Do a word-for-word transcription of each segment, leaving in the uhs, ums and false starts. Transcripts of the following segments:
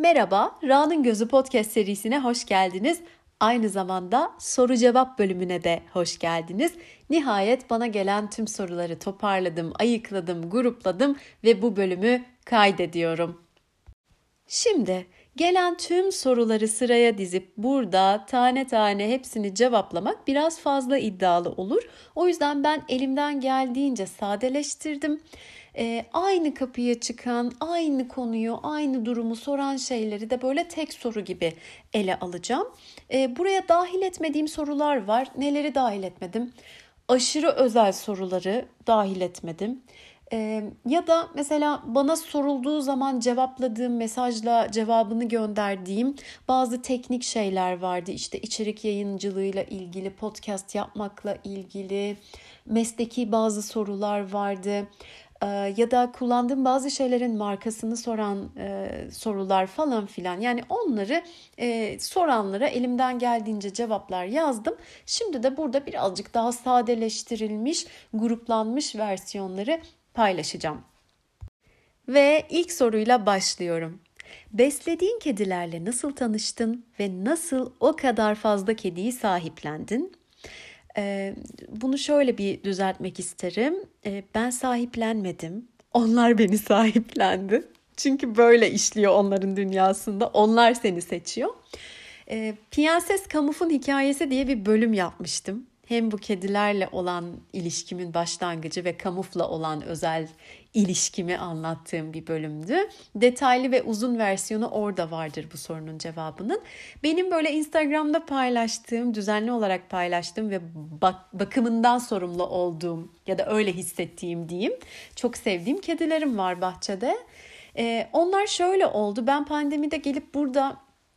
Merhaba, Ra'nın Gözü Podcast serisine hoş geldiniz. Aynı zamanda soru cevap bölümüne de hoş geldiniz. Nihayet bana gelen tüm soruları toparladım, ayıkladım, grupladım ve bu bölümü kaydediyorum. Şimdi gelen tüm soruları sıraya dizip burada tane tane hepsini cevaplamak biraz fazla iddialı olur. O yüzden ben elimden geldiğince sadeleştirdim. Ee, aynı kapıya çıkan, aynı konuyu, aynı durumu soran şeyleri de böyle tek soru gibi ele alacağım. Ee, buraya dahil etmediğim sorular var. Neleri dahil etmedim? Aşırı özel soruları dahil etmedim. Ee, ya da mesela bana sorulduğu zaman cevapladığım mesajla cevabını gönderdiğim bazı teknik şeyler vardı. İşte içerik yayıncılığıyla ilgili, podcast yapmakla ilgili, mesleki bazı sorular vardı. Ee, ya da kullandığım bazı şeylerin markasını soran e, sorular falan filan. Yani onları e, soranlara elimden geldiğince cevaplar yazdım. Şimdi de burada birazcık daha sadeleştirilmiş, gruplanmış versiyonları paylaşacağım. Ve ilk soruyla başlıyorum. Beslediğin kedilerle nasıl tanıştın ve nasıl o kadar fazla kediyi sahiplendin? Ee, bunu şöyle bir düzeltmek isterim. Ee, ben sahiplenmedim. Onlar beni sahiplendi. Çünkü böyle işliyor onların dünyasında. Onlar seni seçiyor. Ee, Prenses Kamuf'un hikayesi diye bir bölüm yapmıştım. Hem bu kedilerle olan ilişkimin başlangıcı ve Kamuf'la olan özel ilişkimi anlattığım bir bölümdü. Detaylı ve uzun versiyonu orada vardır bu sorunun cevabının. Benim böyle Instagram'da paylaştığım, düzenli olarak paylaştığım ve bak- bakımından sorumlu olduğum ya da öyle hissettiğim diyeyim. Çok sevdiğim kedilerim var bahçede. Ee, onlar şöyle oldu. Ben pandemide gelip burada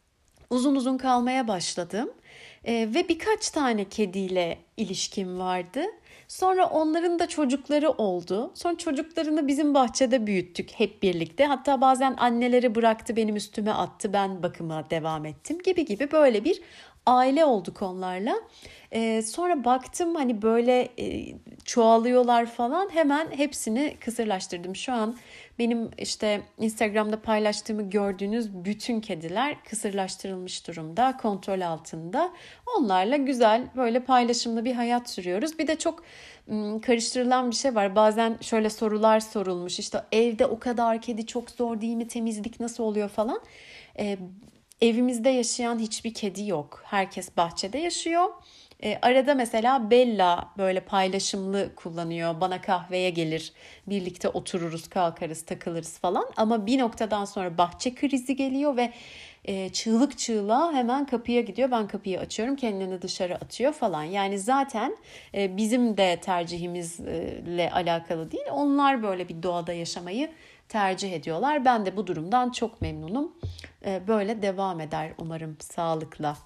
uzun uzun kalmaya başladım. Ee, ve birkaç tane kediyle ilişkim vardı. Sonra onların da çocukları oldu. Sonra çocuklarını bizim bahçede büyüttük hep birlikte. Hatta bazen anneleri bıraktı, benim üstüme attı. Ben bakıma devam ettim gibi gibi böyle bir aile olduk onlarla. Ee, sonra baktım hani böyle e, çoğalıyorlar falan, hemen hepsini kısırlaştırdım. Şu an benim işte Instagram'da paylaştığımı gördüğünüz bütün kediler kısırlaştırılmış durumda, kontrol altında. Onlarla güzel böyle paylaşımlı bir hayat sürüyoruz. Bir de çok ım, karıştırılan bir şey var. Bazen şöyle sorular sorulmuş. İşte evde o kadar kedi çok zor değil mi? Temizlik nasıl oluyor falan. Ee, evimizde yaşayan hiçbir kedi yok. Herkes bahçede yaşıyor. E, arada mesela Bella böyle paylaşımlı kullanıyor. Bana kahveye gelir, birlikte otururuz, kalkarız, takılırız falan. Ama bir noktadan sonra bahçe krizi geliyor ve e, çığlık çığlığa hemen kapıya gidiyor. Ben kapıyı açıyorum, kendini dışarı atıyor falan. Yani zaten e, bizim de tercihimizle alakalı değil. Onlar böyle bir doğada yaşamayı tercih ediyorlar. Ben de bu durumdan çok memnunum. E, böyle devam eder umarım sağlıkla.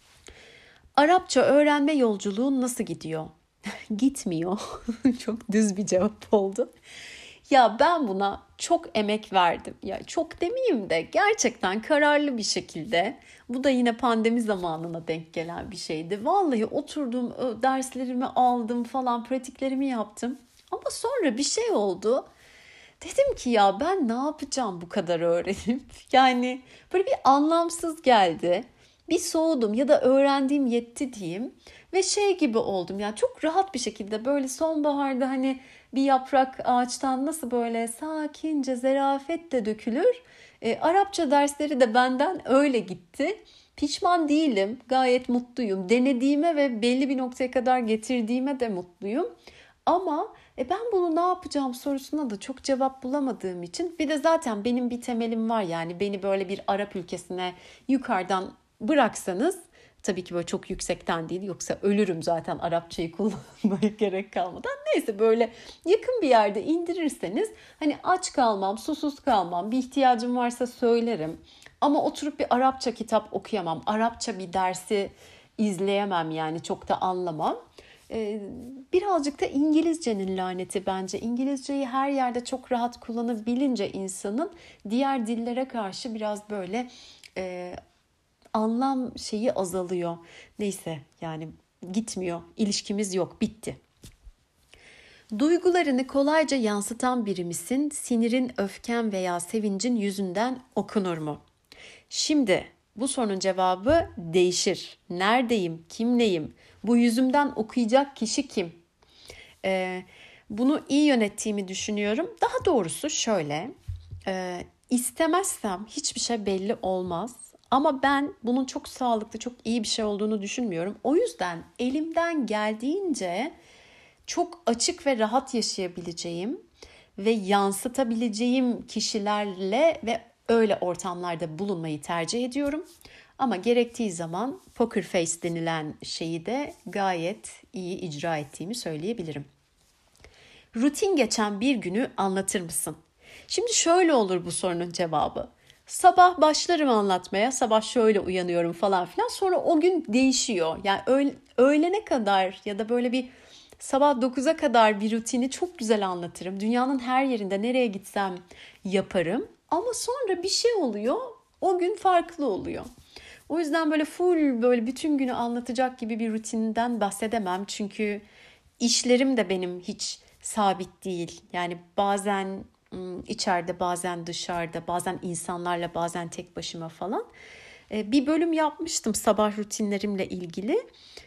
Arapça öğrenme yolculuğun nasıl gidiyor? Gitmiyor. Çok düz bir cevap oldu. Ya ben buna çok emek verdim. Ya çok demeyeyim de gerçekten kararlı bir şekilde. Bu da yine pandemi zamanına denk gelen bir şeydi. Vallahi oturdum, derslerimi aldım falan, pratiklerimi yaptım. Ama sonra bir şey oldu. Dedim ki ya ben ne yapacağım bu kadar öğrenip? Yani böyle bir anlamsız geldi. Bir soğudum ya da öğrendiğim yetti diyeyim. Ve şey gibi oldum, yani çok rahat bir şekilde böyle sonbaharda hani bir yaprak ağaçtan nasıl böyle sakince zarafetle dökülür. E, Arapça dersleri de benden öyle gitti. Pişman değilim, gayet mutluyum. Denediğime ve belli bir noktaya kadar getirdiğime de mutluyum. Ama e ben bunu ne yapacağım sorusuna da çok cevap bulamadığım için, bir de zaten benim bir temelim var, yani beni böyle bir Arap ülkesine yukarıdan bıraksanız, tabii ki böyle çok yüksekten değil, yoksa ölürüm zaten Arapçayı kullanmaya gerek kalmadan. Neyse, böyle yakın bir yerde indirirseniz hani aç kalmam, susuz kalmam, bir ihtiyacım varsa söylerim. Ama oturup bir Arapça kitap okuyamam, Arapça bir dersi izleyemem, yani çok da anlamam. Ee, birazcık da İngilizcenin laneti bence. İngilizceyi her yerde çok rahat kullanabilince insanın diğer dillere karşı biraz böyle e, anlam şeyi azalıyor. Neyse, yani gitmiyor. İlişkimiz yok, bitti. Duygularını kolayca yansıtan biri misin? Sinirin, öfken veya sevincin yüzünden okunur mu? Şimdi bu sorunun cevabı değişir. Neredeyim, kimleyim, bu yüzümden okuyacak kişi kim? Ee, bunu iyi yönettiğimi düşünüyorum. Daha doğrusu şöyle, e, istemezsem hiçbir şey belli olmaz. Ama ben bunun çok sağlıklı, çok iyi bir şey olduğunu düşünmüyorum. O yüzden elimden geldiğince çok açık ve rahat yaşayabileceğim ve yansıtabileceğim kişilerle ve öyle ortamlarda bulunmayı tercih ediyorum. Ama gerektiği zaman poker face denilen şeyi de gayet iyi icra ettiğimi söyleyebilirim. Rutin geçen bir günü anlatır mısın? Şimdi şöyle olur bu sorunun cevabı. Sabah başlarım anlatmaya, sabah şöyle uyanıyorum falan filan. Sonra o gün değişiyor. Yani öğ- öğlene kadar ya da böyle bir sabah dokuza kadar bir rutini çok güzel anlatırım. Dünyanın her yerinde nereye gitsem yaparım. Ama sonra bir şey oluyor, o gün farklı oluyor. O yüzden böyle full böyle bütün günü anlatacak gibi bir rutinden bahsedemem. Çünkü işlerim de benim hiç sabit değil. Yani bazen içeride, bazen dışarıda, bazen insanlarla, bazen tek başıma falan. Bir bölüm yapmıştım sabah rutinlerimle ilgili.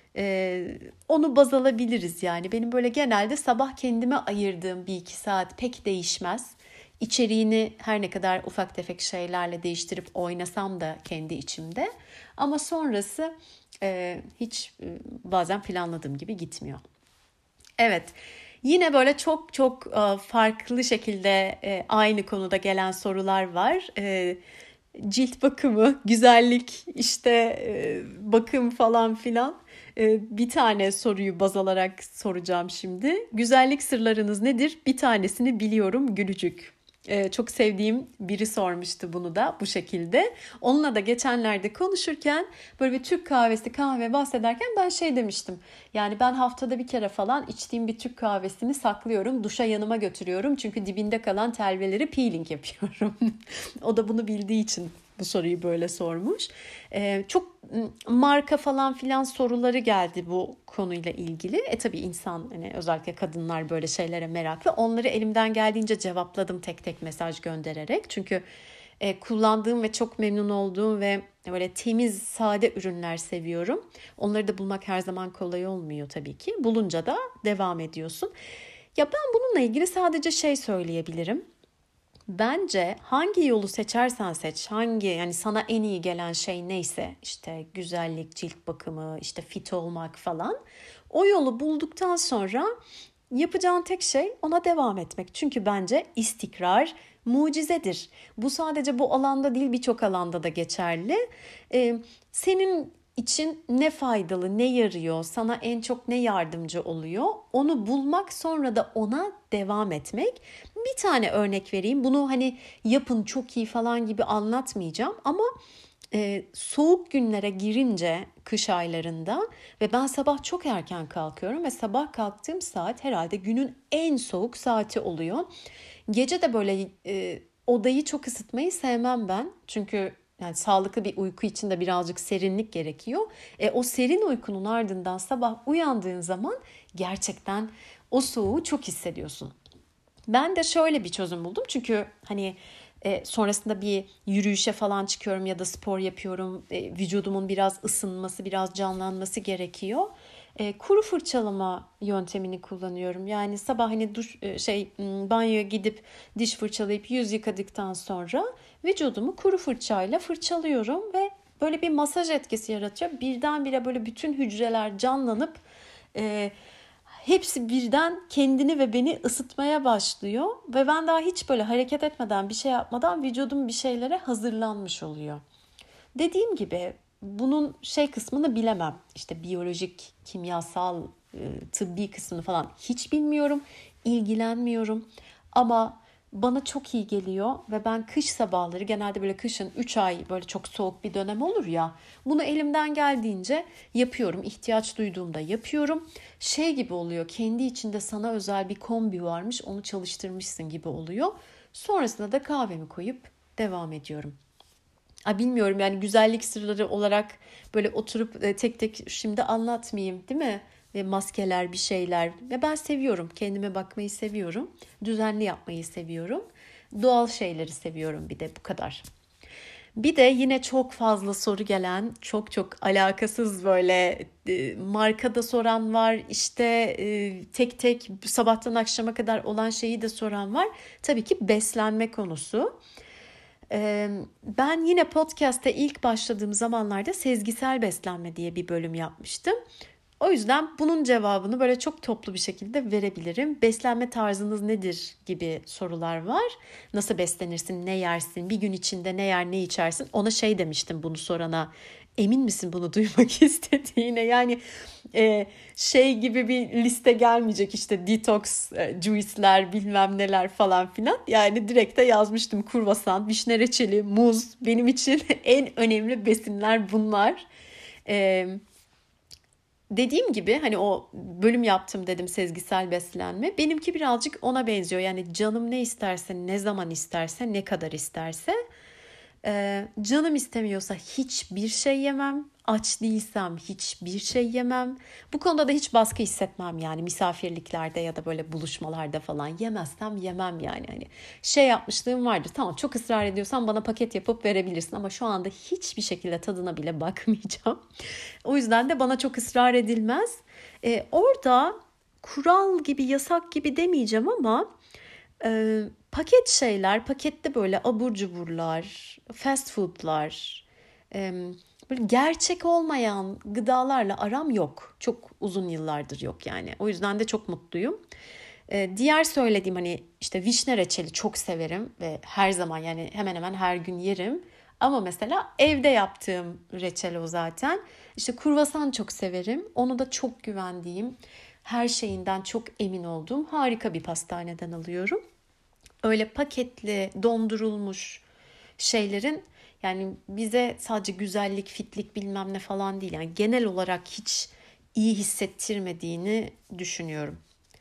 Onu baz alabiliriz yani. Benim böyle genelde sabah kendime ayırdığım bir iki saat pek değişmez. İçeriğini her ne kadar ufak tefek şeylerle değiştirip oynasam da kendi içimde. Ama sonrası e, hiç e, bazen planladığım gibi gitmiyor. Evet, yine böyle çok çok e, farklı şekilde e, aynı konuda gelen sorular var. E, cilt bakımı, güzellik, işte e, bakım falan filan. E, bir tane soruyu baz alarak soracağım şimdi. Güzellik sırlarınız nedir? Bir tanesini biliyorum, gülücük. E, çok sevdiğim biri sormuştu bunu da bu şekilde. Onunla da geçenlerde konuşurken böyle bir Türk kahvesi kahve bahsederken ben şey demiştim. Yani ben haftada bir kere falan içtiğim bir Türk kahvesini saklıyorum. Duşa yanıma götürüyorum. Çünkü dibinde kalan telveleri peeling yapıyorum. O da bunu bildiği için bu soruyu böyle sormuş. Ee, çok marka falan filan soruları geldi bu konuyla ilgili. E tabii insan, hani özellikle kadınlar böyle şeylere meraklı. Onları elimden geldiğince cevapladım tek tek mesaj göndererek. Çünkü e, kullandığım ve çok memnun olduğum ve böyle temiz, sade ürünler seviyorum. Onları da bulmak her zaman kolay olmuyor tabii ki. Bulunca da devam ediyorsun. Ya ben bununla ilgili sadece şey söyleyebilirim. Bence hangi yolu seçersen seç, hangi yani sana en iyi gelen şey neyse, işte güzellik, cilt bakımı, işte fit olmak falan. O yolu bulduktan sonra yapacağın tek şey ona devam etmek. Çünkü bence istikrar mucizedir. Bu sadece bu alanda değil, birçok alanda da geçerli. Ee, senin için ne faydalı, ne yarıyor, sana en çok ne yardımcı oluyor? Onu bulmak, sonra da ona devam etmek. Bir tane örnek vereyim. Bunu hani yapın çok iyi falan gibi anlatmayacağım ama e, soğuk günlere girince kış aylarında ve ben sabah çok erken kalkıyorum ve sabah kalktığım saat herhalde günün en soğuk saati oluyor. Gece de böyle e, odayı çok ısıtmayı sevmem ben. Çünkü yani sağlıklı bir uyku için de birazcık serinlik gerekiyor. E, o serin uykunun ardından sabah uyandığın zaman gerçekten o soğuğu çok hissediyorsun. Ben de şöyle bir çözüm buldum. Çünkü hani e, sonrasında bir yürüyüşe falan çıkıyorum ya da spor yapıyorum. E, vücudumun biraz ısınması, biraz canlanması gerekiyor. E, kuru fırçalama yöntemini kullanıyorum. Yani sabah hani duş e, şey banyoya gidip diş fırçalayıp yüz yıkadıktan sonra vücudumu kuru fırçayla fırçalıyorum ve böyle bir masaj etkisi yaratıyor. Birdenbire böyle bütün hücreler canlanıp e, hepsi birden kendini ve beni ısıtmaya başlıyor ve ben daha hiç böyle hareket etmeden, bir şey yapmadan vücudum bir şeylere hazırlanmış oluyor. Dediğim gibi bunun şey kısmını bilemem. İşte biyolojik, kimyasal, tıbbi kısmını falan hiç bilmiyorum, ilgilenmiyorum. Ama bana çok iyi geliyor ve ben kış sabahları, genelde böyle kışın üç ay böyle çok soğuk bir dönem olur ya, bunu elimden geldiğince yapıyorum. İhtiyaç duyduğumda yapıyorum. Şey gibi oluyor, kendi içinde sana özel bir kombi varmış, onu çalıştırmışsın gibi oluyor. Sonrasında da kahvemi koyup devam ediyorum. A, bilmiyorum yani güzellik sırları olarak böyle oturup e, tek tek şimdi anlatmayayım değil mi? Ve maskeler, bir şeyler. Ve ben seviyorum. Kendime bakmayı seviyorum. Düzenli yapmayı seviyorum. Doğal şeyleri seviyorum bir de, bu kadar. Bir de yine çok fazla soru gelen, çok çok alakasız böyle e, markada soran var, işte e, tek tek sabahtan akşama kadar olan şeyi de soran var. Tabii ki beslenme konusu. E, Ben yine podcast'te ilk başladığım zamanlarda sezgisel beslenme diye bir bölüm yapmıştım. O yüzden bunun cevabını böyle çok toplu bir şekilde verebilirim. Beslenme tarzınız nedir gibi sorular var. Nasıl beslenirsin, ne yersin, bir gün içinde ne yer, ne içersin? Ona şey demiştim bunu sorana. Emin misin bunu duymak istediğine? Yani e, şey gibi bir liste gelmeyecek, işte detox e, juice'ler bilmem neler falan filan. Yani direkt de yazmıştım: kruvasan, vişne reçeli, muz benim için en önemli besinler bunlar. Evet. Dediğim gibi hani o bölüm yaptım dedim, sezgisel beslenme. Benimki birazcık ona benziyor. Yani canım ne isterse, ne zaman isterse, ne kadar isterse. Ee, canım istemiyorsa hiçbir şey yemem. Aç değilsem hiçbir şey yemem. Bu konuda da hiç baskı hissetmem yani, misafirliklerde ya da böyle buluşmalarda falan yemezsem yemem yani. Hani şey yapmışlığım vardır. Tamam, çok ısrar ediyorsan bana paket yapıp verebilirsin ama şu anda hiçbir şekilde tadına bile bakmayacağım. O yüzden de bana çok ısrar edilmez. Ee, orada kural gibi, yasak gibi demeyeceğim ama e, paket şeyler, pakette böyle abur cuburlar, fast foodlar, e, böyle gerçek olmayan gıdalarla aram yok. Çok uzun yıllardır yok yani. O yüzden de çok mutluyum. E, diğer söylediğim hani işte vişne reçeli çok severim ve her zaman, yani hemen hemen her gün yerim. Ama mesela evde yaptığım reçel o zaten. İşte kruvasan çok severim. Onu da çok güvendiğim, her şeyinden çok emin olduğum harika bir pastaneden alıyorum. Öyle paketli, dondurulmuş şeylerin yani bize sadece güzellik, fitlik bilmem ne falan değil. Yani genel olarak hiç iyi hissettirmediğini düşünüyorum.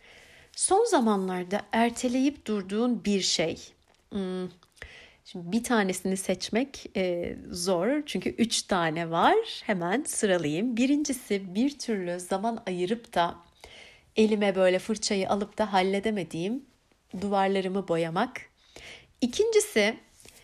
Son zamanlarda erteleyip durduğun bir şey. Hmm, Şimdi bir tanesini seçmek e, zor çünkü üç tane var. Hemen sıralayayım. Birincisi, bir türlü zaman ayırıp da elime böyle fırçayı alıp da halledemediğim duvarlarımı boyamak. İkincisi,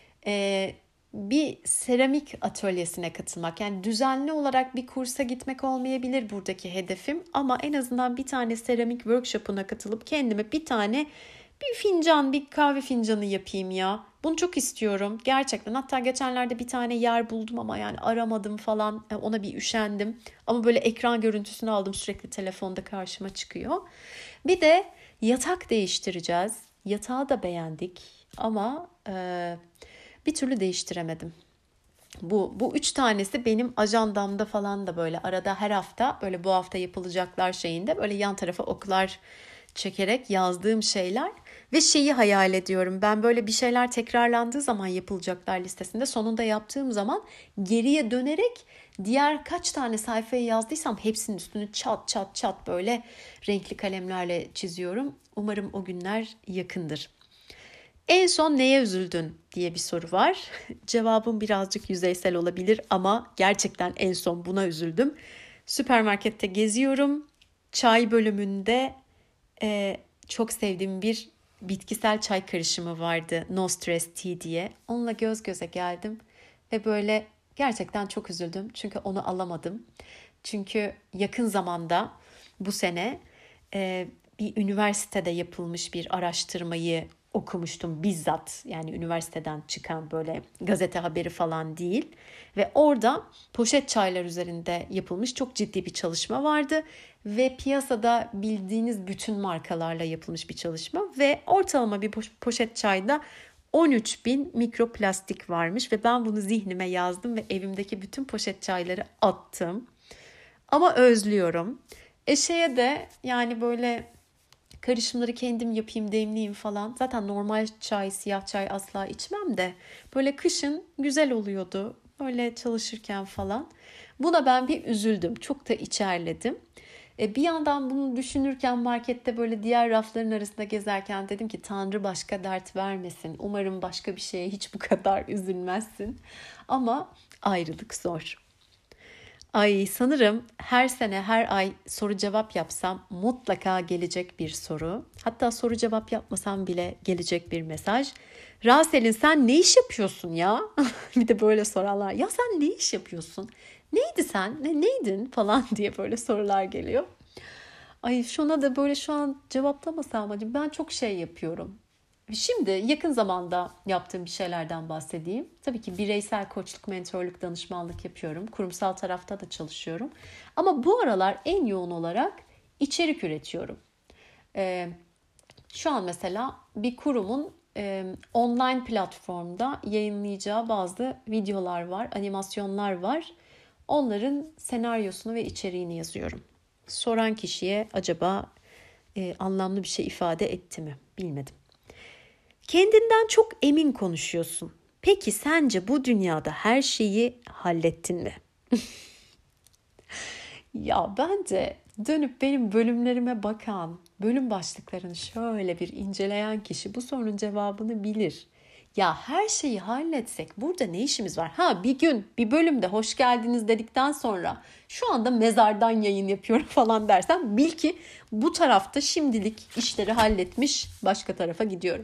e, bir seramik atölyesine katılmak. Yani düzenli olarak bir kursa gitmek olmayabilir buradaki hedefim ama en azından bir tane seramik workshop'una katılıp kendime bir tane bir fincan, bir kahve fincanı yapayım ya. Bunu çok istiyorum gerçekten. Hatta geçenlerde bir tane yer buldum ama yani aramadım falan. Ona bir üşendim. Ama böyle ekran görüntüsünü aldım, sürekli telefonda karşıma çıkıyor. Bir de yatak değiştireceğiz. Yatağı da beğendik ama e, bir türlü değiştiremedim. Bu, bu üç tanesi benim ajandamda falan da böyle arada her hafta böyle bu hafta yapılacaklar şeyinde böyle yan tarafa oklar çekerek yazdığım şeyler ve şeyi hayal ediyorum. Ben böyle bir şeyler tekrarlandığı zaman yapılacaklar listesinde sonunda yaptığım zaman geriye dönerek diğer kaç tane sayfayı yazdıysam hepsinin üstünü çat çat çat böyle renkli kalemlerle çiziyorum. Umarım o günler yakındır. En son neye üzüldün diye bir soru var. Cevabım birazcık yüzeysel olabilir ama gerçekten en son buna üzüldüm. Süpermarkette geziyorum. Çay bölümünde e, çok sevdiğim bir bitkisel çay karışımı vardı. No Stress Tea diye. Onunla göz göze geldim ve böyle gerçekten çok üzüldüm. Çünkü onu alamadım. Çünkü yakın zamanda bu sene e, bir üniversitede yapılmış bir araştırmayı okumuştum bizzat. Yani üniversiteden çıkan böyle gazete haberi falan değil. Ve orada poşet çaylar üzerinde yapılmış çok ciddi bir çalışma vardı. Ve piyasada bildiğiniz bütün markalarla yapılmış bir çalışma. Ve ortalama bir poşet çayda on üç bin mikroplastik varmış. Ve ben bunu zihnime yazdım ve evimdeki bütün poşet çayları attım. Ama özlüyorum. E şeye de yani böyle karışımları kendim yapayım, demleyeyim falan. Zaten normal çay, siyah çay asla içmem de böyle kışın güzel oluyordu. Böyle çalışırken falan. Buna ben bir üzüldüm. Çok da içerledim. E bir yandan bunu düşünürken markette böyle diğer rafların arasında gezerken dedim ki Tanrı başka dert vermesin. Umarım başka bir şeye hiç bu kadar üzülmezsin. Ama ayrılık zor. Ay sanırım her sene her ay soru cevap yapsam mutlaka gelecek bir soru. Hatta soru cevap yapmasam bile gelecek bir mesaj. Raselin sen ne iş yapıyorsun ya? Bir de böyle sorarlar. Ya sen ne iş yapıyorsun? Neydi sen? Ne, neydin falan diye böyle sorular geliyor. Ay şuna da böyle şu an cevaplamasam acaba ben çok şey yapıyorum. Şimdi yakın zamanda yaptığım bir şeylerden bahsedeyim. Tabii ki bireysel koçluk, mentorluk, danışmanlık yapıyorum. Kurumsal tarafta da çalışıyorum. Ama bu aralar en yoğun olarak içerik üretiyorum. Ee, Şu an mesela bir kurumun e, online platformda yayınlayacağı bazı videolar var, animasyonlar var. Onların senaryosunu ve içeriğini yazıyorum. Soran kişiye acaba e, anlamlı bir şey ifade etti mi? Bilmedim. Kendinden çok emin konuşuyorsun. Peki sence bu dünyada her şeyi hallettin mi? Ya bence dönüp benim bölümlerime bakan, bölüm başlıklarını şöyle bir inceleyen kişi bu sorunun cevabını bilir. Ya her şeyi halletsek burada ne işimiz var? Ha bir gün bir bölümde hoş geldiniz dedikten sonra şu anda mezardan yayın yapıyorum falan dersen bil ki bu tarafta şimdilik işleri halletmiş başka tarafa gidiyorum.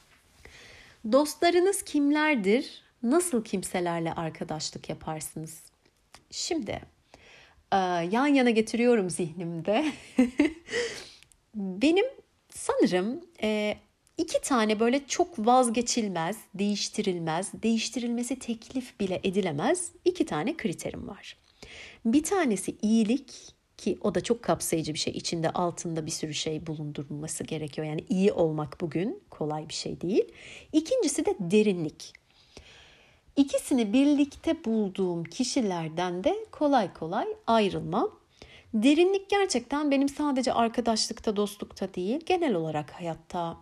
Dostlarınız kimlerdir? Nasıl kimselerle arkadaşlık yaparsınız? Şimdi yan yana getiriyorum zihnimde. Benim sanırım iki tane böyle çok vazgeçilmez, değiştirilmez, değiştirilmesi teklif bile edilemez iki tane kriterim var. Bir tanesi iyilik ki o da çok kapsayıcı bir şey. İçinde altında bir sürü şey bulundurulması gerekiyor. Yani iyi olmak bugün kolay bir şey değil. İkincisi de derinlik. İkisini birlikte bulduğum kişilerden de kolay kolay ayrılmam. Derinlik gerçekten benim sadece arkadaşlıkta, dostlukta değil, genel olarak hayatta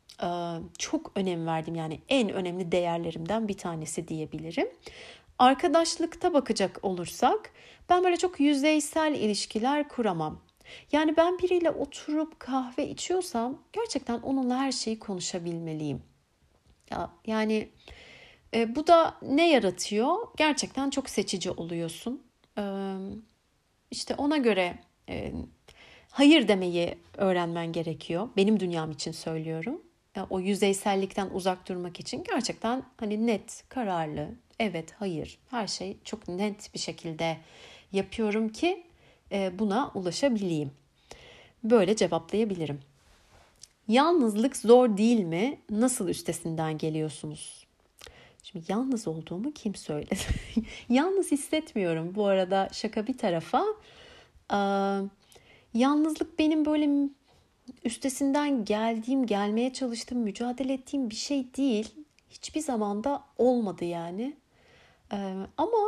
çok önem verdiğim yani en önemli değerlerimden bir tanesi diyebilirim. Arkadaşlıkta bakacak olursak ben böyle çok yüzeysel ilişkiler kuramam. Yani ben biriyle oturup kahve içiyorsam gerçekten onunla her şeyi konuşabilmeliyim. Ya, yani e, bu da ne yaratıyor? Gerçekten çok seçici oluyorsun. E, işte ona göre e, hayır demeyi öğrenmen gerekiyor. Benim dünyam için söylüyorum. Ya, o yüzeysellikten uzak durmak için gerçekten hani net, kararlı, evet, hayır, her şey çok net bir şekilde yapıyorum ki e, buna ulaşabileyim. Böyle cevaplayabilirim. Yalnızlık zor değil mi? Nasıl üstesinden geliyorsunuz? Şimdi yalnız olduğumu kim söyledi? Yalnız hissetmiyorum. Bu arada şaka bir tarafa. Ee, yalnızlık benim böyle üstesinden geldiğim, gelmeye çalıştığım, mücadele ettiğim bir şey değil. Hiçbir zamanda olmadı yani. Ee, ama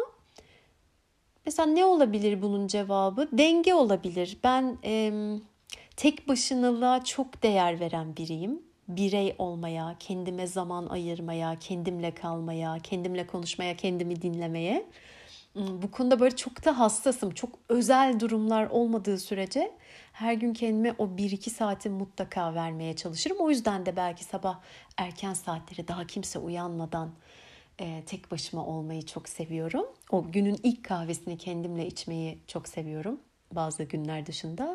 mesela ne olabilir bunun cevabı? Denge olabilir. Ben e, tek başınalığa çok değer veren biriyim. Birey olmaya, kendime zaman ayırmaya, kendimle kalmaya, kendimle konuşmaya, kendimi dinlemeye. Bu konuda böyle çok da hassasım. Çok özel durumlar olmadığı sürece her gün kendime o bir iki saati mutlaka vermeye çalışırım. O yüzden de belki sabah erken saatleri daha kimse uyanmadan e, tek başıma olmayı çok seviyorum. O günün ilk kahvesini kendimle içmeyi çok seviyorum bazı günler dışında.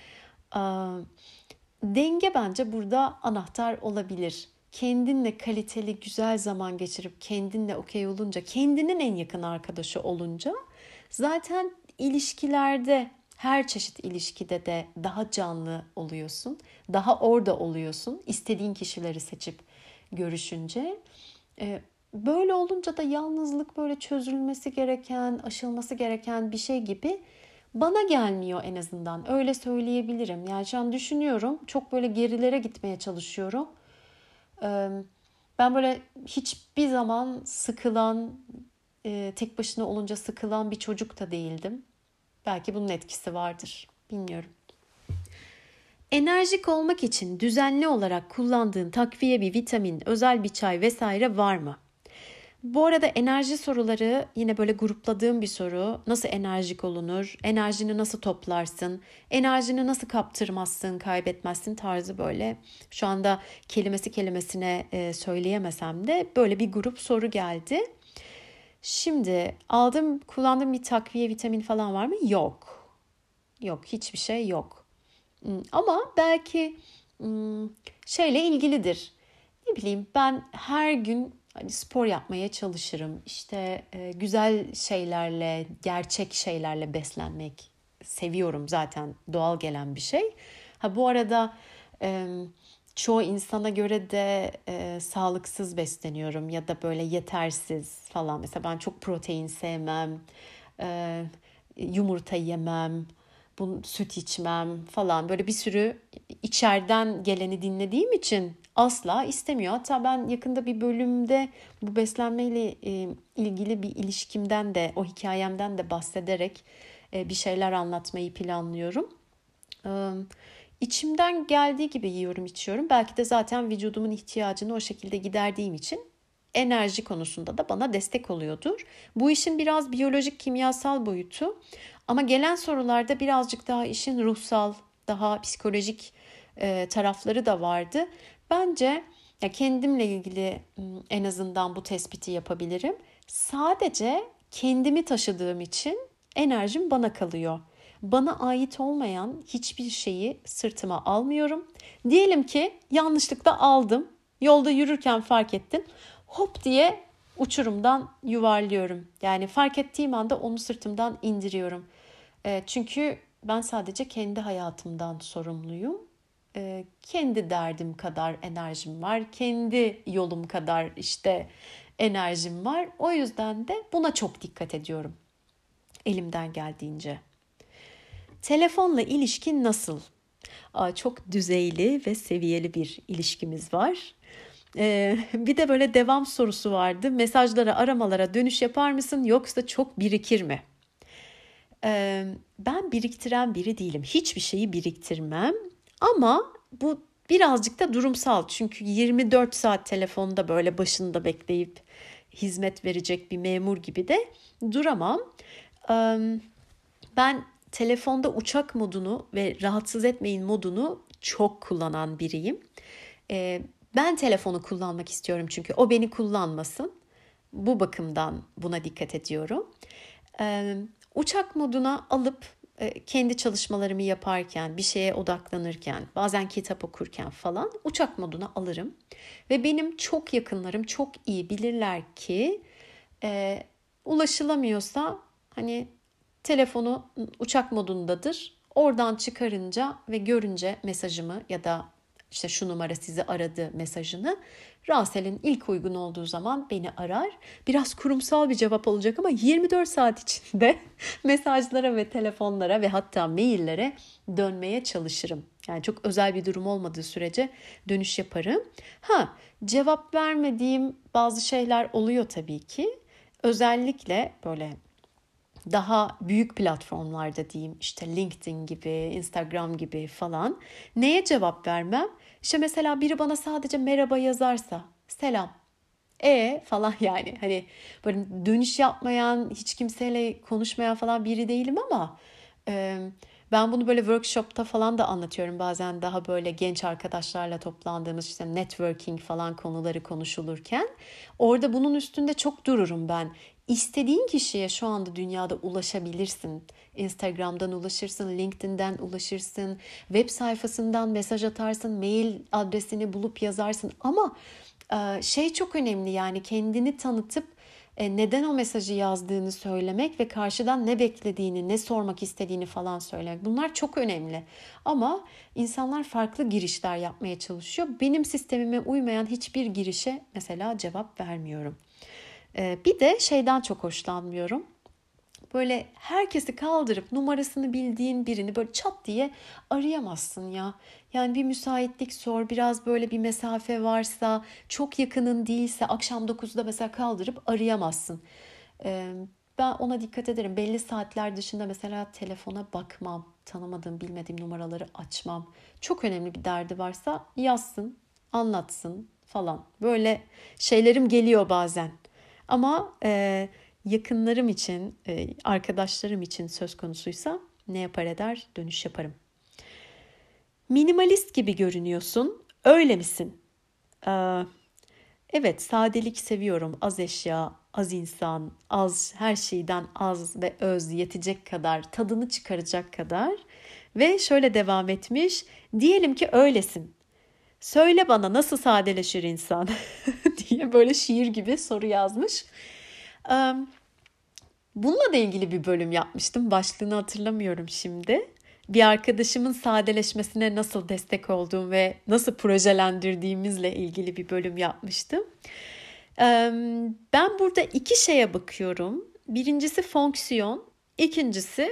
Aa, denge bence burada anahtar olabilir. Kendinle kaliteli, güzel zaman geçirip kendinle okey olunca, kendinin en yakın arkadaşı olunca zaten ilişkilerde, her çeşit ilişkide de daha canlı oluyorsun. Daha orada oluyorsun. İstediğin kişileri seçip görüşünce. Böyle olunca da yalnızlık böyle çözülmesi gereken, aşılması gereken bir şey gibi bana gelmiyor en azından. Öyle söyleyebilirim. Yani şu an düşünüyorum. Çok böyle gerilere gitmeye çalışıyorum. Ben böyle hiçbir zaman sıkılan, tek başına olunca sıkılan bir çocuk da değildim. Belki bunun etkisi vardır. Bilmiyorum. Enerjik olmak için düzenli olarak kullandığın takviye bir vitamin, özel bir çay vesaire var mı? Bu arada enerji soruları yine böyle grupladığım bir soru. Nasıl enerjik olunur? Enerjini nasıl toplarsın? Enerjini nasıl kaptırmazsın, kaybetmezsin tarzı böyle. Şu anda kelimesi kelimesine söyleyemesem de böyle bir grup soru geldi. Şimdi aldım, kullandığım bir takviye, vitamin falan var mı? Yok. Yok, hiçbir şey yok. Hmm, Ama belki hmm, şeyle ilgilidir. Ne bileyim, ben her gün hani spor yapmaya çalışırım. İşte e, güzel şeylerle, gerçek şeylerle beslenmek seviyorum, zaten doğal gelen bir şey. Ha bu arada e, çoğu insana göre de e, sağlıksız besleniyorum ya da böyle yetersiz falan. Mesela ben çok protein sevmem, e, yumurta yemem, bu, süt içmem falan, böyle bir sürü içeriden geleni dinlediğim için asla istemiyor. Hatta ben yakında bir bölümde bu beslenmeyle e, ilgili bir ilişkimden de, o hikayemden de bahsederek e, bir şeyler anlatmayı planlıyorum. E, içimden geldiği gibi yiyorum, içiyorum. Belki de zaten vücudumun ihtiyacını o şekilde giderdiğim için enerji konusunda da bana destek oluyordur. Bu işin biraz biyolojik, kimyasal boyutu. Ama gelen sorularda birazcık daha işin ruhsal, daha psikolojik e, tarafları da vardı. Bence ya kendimle ilgili en azından bu tespiti yapabilirim. Sadece kendimi taşıdığım için enerjim bana kalıyor. Bana ait olmayan hiçbir şeyi sırtıma almıyorum. Diyelim ki yanlışlıkla aldım. Yolda yürürken fark ettim. Hop diye uçurumdan yuvarlıyorum. Yani fark ettiğim anda onu sırtımdan indiriyorum. E, çünkü ben sadece kendi hayatımdan sorumluyum. E, kendi derdim kadar enerjim var. Kendi yolum kadar işte enerjim var. O yüzden de buna çok dikkat ediyorum elimden geldiğince. Telefonla ilişkin nasıl? Aa, çok düzeyli ve seviyeli bir ilişkimiz var. Ee, bir de böyle devam sorusu vardı. Mesajlara, aramalara dönüş yapar mısın yoksa çok birikir mi? Ee, ben biriktiren biri değilim. Hiçbir şeyi biriktirmem. Ama bu birazcık da durumsal. Çünkü yirmi dört saat telefonda böyle başında bekleyip hizmet verecek bir memur gibi de duramam. Ee, ben telefonda uçak modunu ve rahatsız etmeyin modunu çok kullanan biriyim. Ee, ben telefonu kullanmak istiyorum çünkü o beni kullanmasın. Bu bakımdan buna dikkat ediyorum. Ee, uçak moduna alıp e, kendi çalışmalarımı yaparken, bir şeye odaklanırken, bazen kitap okurken falan uçak moduna alırım. Ve benim çok yakınlarım çok iyi bilirler ki e, ulaşılamıyorsa hani telefonu uçak modundadır. Oradan çıkarınca ve görünce mesajımı ya da işte şu numara sizi aradı mesajını, Rasel'in ilk uygun olduğu zaman beni arar. Biraz kurumsal bir cevap olacak ama yirmi dört saat içinde mesajlara ve telefonlara ve hatta maillere dönmeye çalışırım. Yani çok özel bir durum olmadığı sürece dönüş yaparım. Ha, cevap vermediğim bazı şeyler oluyor tabii ki. Özellikle böyle daha büyük platformlarda diyeyim, işte LinkedIn gibi, Instagram gibi falan. Neye cevap vermem? İşte mesela biri bana sadece merhaba yazarsa, selam, e falan, yani hani böyle dönüş yapmayan, hiç kimseyle konuşmayan falan biri değilim ama e, ben bunu böyle workshopta falan da anlatıyorum. Bazen daha böyle genç arkadaşlarla toplandığımız işte networking falan konuları konuşulurken orada bunun üstünde çok dururum ben. İstediğin kişiye şu anda dünyada ulaşabilirsin. Instagram'dan ulaşırsın, LinkedIn'den ulaşırsın, web sayfasından mesaj atarsın, mail adresini bulup yazarsın ama şey çok önemli, yani kendini tanıtıp neden o mesajı yazdığını söylemek ve karşıdan ne beklediğini, ne sormak istediğini falan söylemek. Bunlar çok önemli. Ama insanlar farklı girişler yapmaya çalışıyor. Benim sistemime uymayan hiçbir girişe mesela cevap vermiyorum. Bir de şeyden çok hoşlanmıyorum. Böyle herkesi kaldırıp numarasını bildiğin birini böyle çat diye arayamazsın ya. Yani bir müsaitlik sor, biraz böyle bir mesafe varsa, çok yakının değilse akşam dokuzda mesela kaldırıp arayamazsın. Ee, ben ona dikkat ederim. Belli saatler dışında mesela telefona bakmam. Tanımadığım, bilmediğim numaraları açmam. Çok önemli bir derdi varsa yazsın, anlatsın falan. Böyle şeylerim geliyor bazen. Ama e, yakınlarım için, e, arkadaşlarım için söz konusuysa ne yapar eder? Dönüş yaparım. Minimalist gibi görünüyorsun. Öyle misin? Ee, Evet, sadelik seviyorum. Az eşya, az insan, az her şeyden az ve öz yetecek kadar, tadını çıkaracak kadar. Ve şöyle devam etmiş. Diyelim ki öylesin. Söyle bana nasıl sadeleşir insan diye böyle şiir gibi soru yazmış. Bununla da ilgili bir bölüm yapmıştım. Başlığını hatırlamıyorum şimdi. Bir arkadaşımın sadeleşmesine nasıl destek olduğum ve nasıl projelendirdiğimizle ilgili bir bölüm yapmıştım. Ben burada iki şeye bakıyorum. Birincisi fonksiyon, ikincisi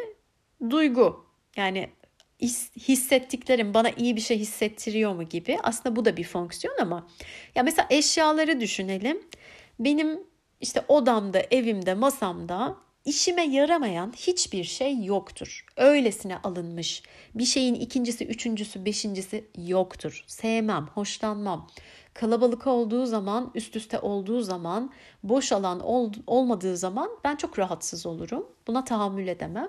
duygu. Yani hissettiklerim bana iyi bir şey hissettiriyor mu gibi. Aslında bu da bir fonksiyon ama ya mesela eşyaları düşünelim. Benim işte odamda, evimde, masamda işime yaramayan hiçbir şey yoktur. Öylesine alınmış. Bir şeyin ikincisi, üçüncüsü, beşincisi yoktur. Sevmem, hoşlanmam. Kalabalık olduğu zaman, üst üste olduğu zaman, boş alan ol, olmadığı zaman ben çok rahatsız olurum. Buna tahammül edemem.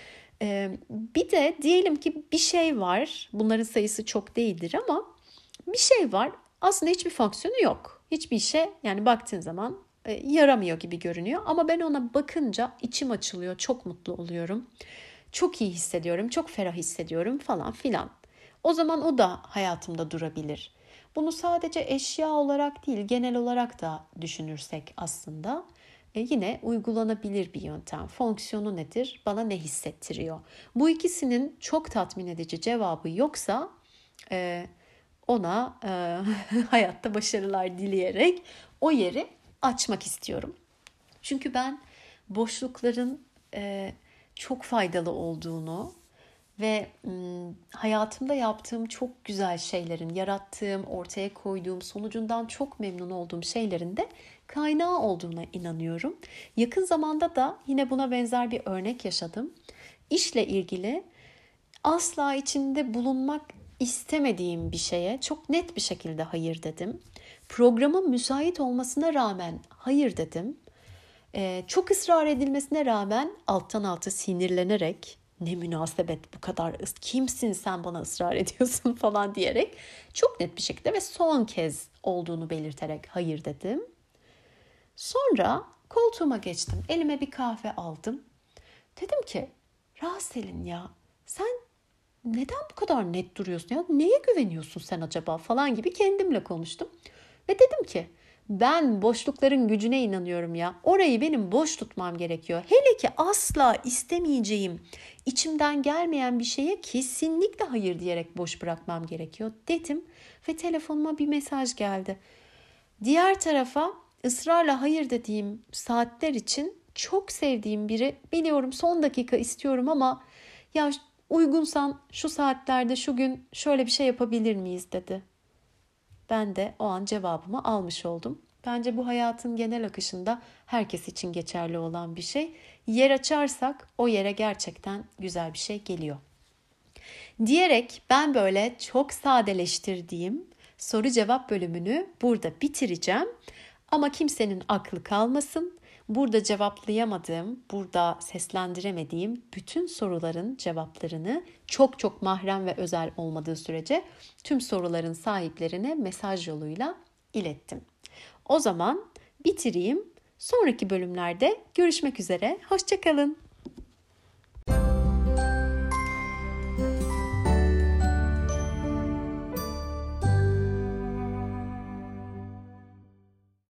Ee, bir de diyelim ki bir şey var. Bunların sayısı çok değildir ama bir şey var. Aslında hiçbir fonksiyonu yok. Hiçbir işe yani baktığın zaman e, yaramıyor gibi görünüyor. Ama ben ona bakınca içim açılıyor. Çok mutlu oluyorum. Çok iyi hissediyorum. Çok ferah hissediyorum falan filan. O zaman o da hayatımda durabilir. Bunu sadece eşya olarak değil, genel olarak da düşünürsek aslında e, yine uygulanabilir bir yöntem. Fonksiyonu nedir? Bana ne hissettiriyor? Bu ikisinin çok tatmin edici cevabı yoksa e, ona e, hayatta başarılar dileyerek o yeri açmak istiyorum. Çünkü ben boşlukların e, çok faydalı olduğunu ve ım, hayatımda yaptığım çok güzel şeylerin, yarattığım, ortaya koyduğum, sonucundan çok memnun olduğum şeylerin de kaynağı olduğuna inanıyorum. Yakın zamanda da yine buna benzer bir örnek yaşadım. İşle ilgili asla içinde bulunmak istemediğim bir şeye çok net bir şekilde hayır dedim. Programın müsait olmasına rağmen hayır dedim. Ee, çok ısrar edilmesine rağmen alttan alta sinirlenerek ne münasebet bu kadar kimsin sen bana ısrar ediyorsun falan diyerek çok net bir şekilde ve son kez olduğunu belirterek hayır dedim. Sonra koltuğuma geçtim. Elime bir kahve aldım. Dedim ki Raselin ya sen neden bu kadar net duruyorsun ya? Neye güveniyorsun sen acaba falan gibi kendimle konuştum. Ve dedim ki ben boşlukların gücüne inanıyorum ya. Orayı benim boş tutmam gerekiyor. Hele ki asla istemeyeceğim, içimden gelmeyen bir şeye kesinlikle hayır diyerek boş bırakmam gerekiyor dedim. Ve telefonuma bir mesaj geldi. Diğer tarafa ısrarla hayır dediğim saatler için çok sevdiğim biri biliyorum son dakika istiyorum ama ya uygunsan şu saatlerde şu gün şöyle bir şey yapabilir miyiz dedi. Ben de o an cevabımı almış oldum. Bence bu hayatın genel akışında herkes için geçerli olan bir şey. Yer açarsak o yere gerçekten güzel bir şey geliyor. Diyerek ben böyle çok sadeleştirdiğim soru cevap bölümünü burada bitireceğim. Ama kimsenin aklı kalmasın. Burada cevaplayamadığım, burada seslendiremediğim bütün soruların cevaplarını çok çok mahrem ve özel olmadığı sürece tüm soruların sahiplerine mesaj yoluyla ilettim. O zaman bitireyim. Sonraki bölümlerde görüşmek üzere. Hoşça kalın.